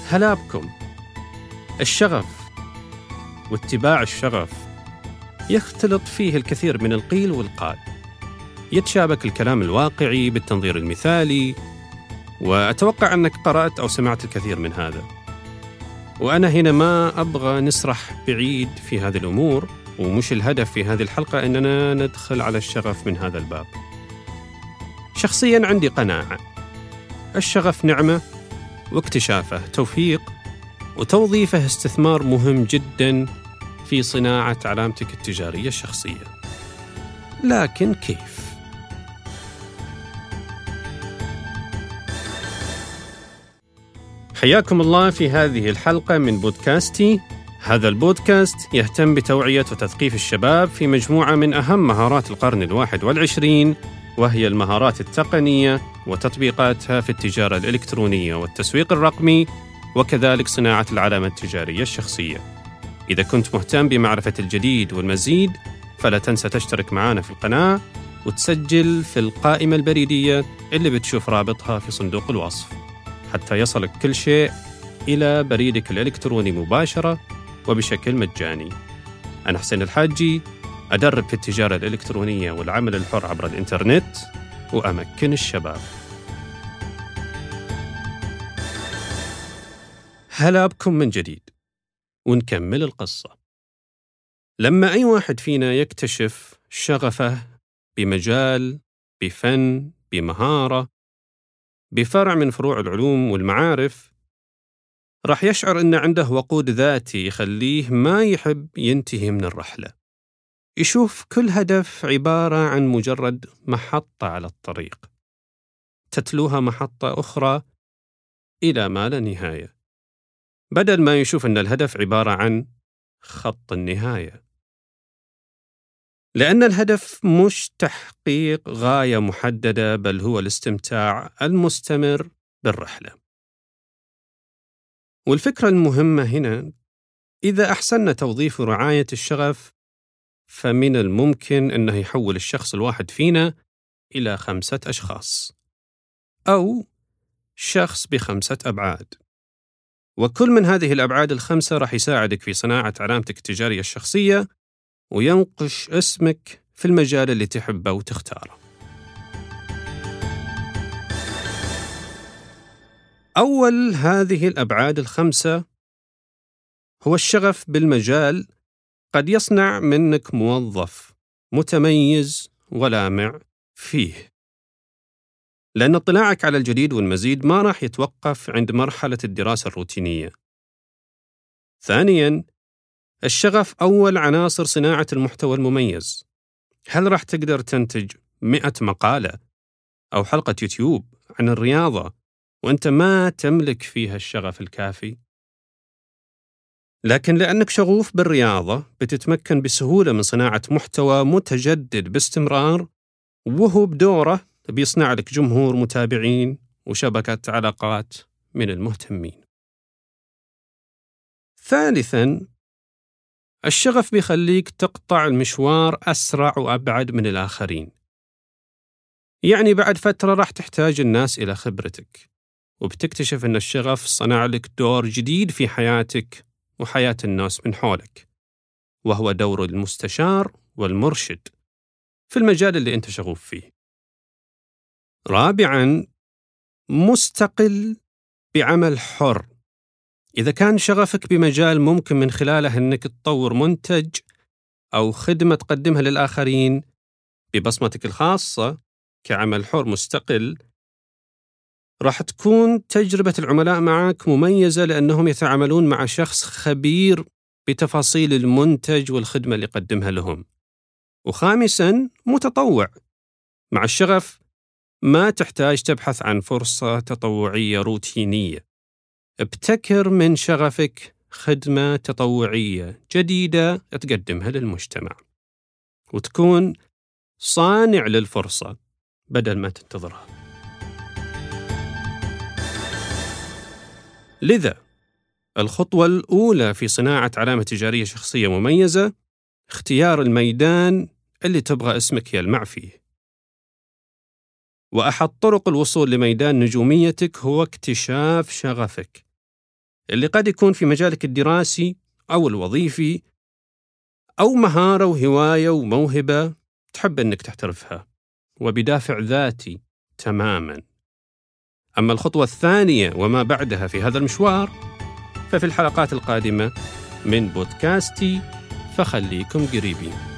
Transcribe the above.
هلا بكم. الشغف واتباع الشغف يختلط فيه الكثير من القيل والقال، يتشابك الكلام الواقعي بالتنظير المثالي، وأتوقع أنك قرأت أو سمعت الكثير من هذا. وأنا هنا ما أبغى نسرح بعيد في هذه الأمور، ومش الهدف في هذه الحلقة أننا ندخل على الشغف من هذا الباب. شخصياً عندي قناعة، الشغف نعمة، واكتشافه توفيق، وتوظيفه استثمار مهم جداً في صناعة علامتك التجارية الشخصية. لكن كيف؟ حياكم الله في هذه الحلقة من بودكاستي. هذا البودكاست يهتم بتوعية وتثقيف الشباب في مجموعة من أهم مهارات القرن 21، وهي المهارات التقنية وتطبيقاتها في التجارة الإلكترونية والتسويق الرقمي، وكذلك صناعة العلامة التجارية الشخصية. إذا كنت مهتم بمعرفة الجديد والمزيد، فلا تنسى تشترك معنا في القناة وتسجل في القائمة البريدية اللي بتشوف رابطها في صندوق الوصف، حتى يصلك كل شيء إلى بريدك الإلكتروني مباشرة وبشكل مجاني. أنا حسين الحاجي، أدرب في التجارة الإلكترونية والعمل الحر عبر الإنترنت، وأمكن الشباب. هلا بكم من جديد، ونكمل القصة. لما أي واحد فينا يكتشف شغفه بمجال، بفن، بمهارة، بفرع من فروع العلوم والمعارف، راح يشعر أن عنده وقود ذاتي يخليه ما يحب ينتهي من الرحلة. يشوف كل هدف عبارة عن مجرد محطة على الطريق، تتلوها محطة أخرى إلى ما لا نهاية، بدل ما يشوف أن الهدف عبارة عن خط النهاية. لأن الهدف مش تحقيق غاية محددة، بل هو الاستمتاع المستمر بالرحلة. والفكرة المهمة هنا، إذا أحسننا توظيف ورعاية الشغف، فمن الممكن أنه يحول الشخص الواحد فينا إلى 5 أشخاص، أو شخص ب5 أبعاد. وكل من هذه الأبعاد ال5 راح يساعدك في صناعة علامتك التجارية الشخصية، وينقش اسمك في المجال اللي تحبه وتختاره. أول هذه الأبعاد ال5 هو الشغف بالمجال. قد يصنع منك موظف متميز ولامع فيه، لأن اطلاعك على الجديد والمزيد ما راح يتوقف عند مرحلة الدراسة الروتينية. ثانياً، الشغف أول عناصر صناعة المحتوى المميز. هل راح تقدر تنتج 100 مقالة أو حلقة يوتيوب عن الرياضة وأنت ما تملك فيها الشغف الكافي؟ لكن لأنك شغوف بالرياضة، بتتمكن بسهولة من صناعة محتوى متجدد باستمرار، وهو بدوره بيصنع لك جمهور متابعين وشبكة علاقات من المهتمين. ثالثاً، الشغف بيخليك تقطع المشوار أسرع وأبعد من الآخرين. يعني بعد فترة راح تحتاج الناس إلى خبرتك، وبتكتشف أن الشغف صنع لك دور جديد في حياتك وحياة الناس من حولك، وهو دور المستشار والمرشد في المجال اللي أنت شغوف فيه. رابعاً، مستقل بعمل حر. إذا كان شغفك بمجال ممكن من خلاله أنك تطور منتج أو خدمة تقدمها للآخرين ببصمتك الخاصة كعمل حر مستقل، راح تكون تجربة العملاء معك مميزة، لأنهم يتعاملون مع شخص خبير بتفاصيل المنتج والخدمة اللي قدمها لهم. وخامساً، متطوع. مع الشغف ما تحتاج تبحث عن فرصة تطوعية روتينية، ابتكر من شغفك خدمة تطوعية جديدة تقدمها للمجتمع، وتكون صانع للفرصة بدل ما تنتظرها. لذا الخطوة الأولى في صناعة علامة تجارية شخصية مميزة، اختيار الميدان اللي تبغى اسمك يلمع فيه. وأحد طرق الوصول لميدان نجوميتك هو اكتشاف شغفك. اللي قد يكون في مجالك الدراسي أو الوظيفي، أو مهارة وهواية وموهبة تحب أنك تحترفها وبدافع ذاتي تماماً. أما الخطوة الثانية وما بعدها في هذا المشوار ففي الحلقات القادمة من بودكاستي، فخليكم قريبين.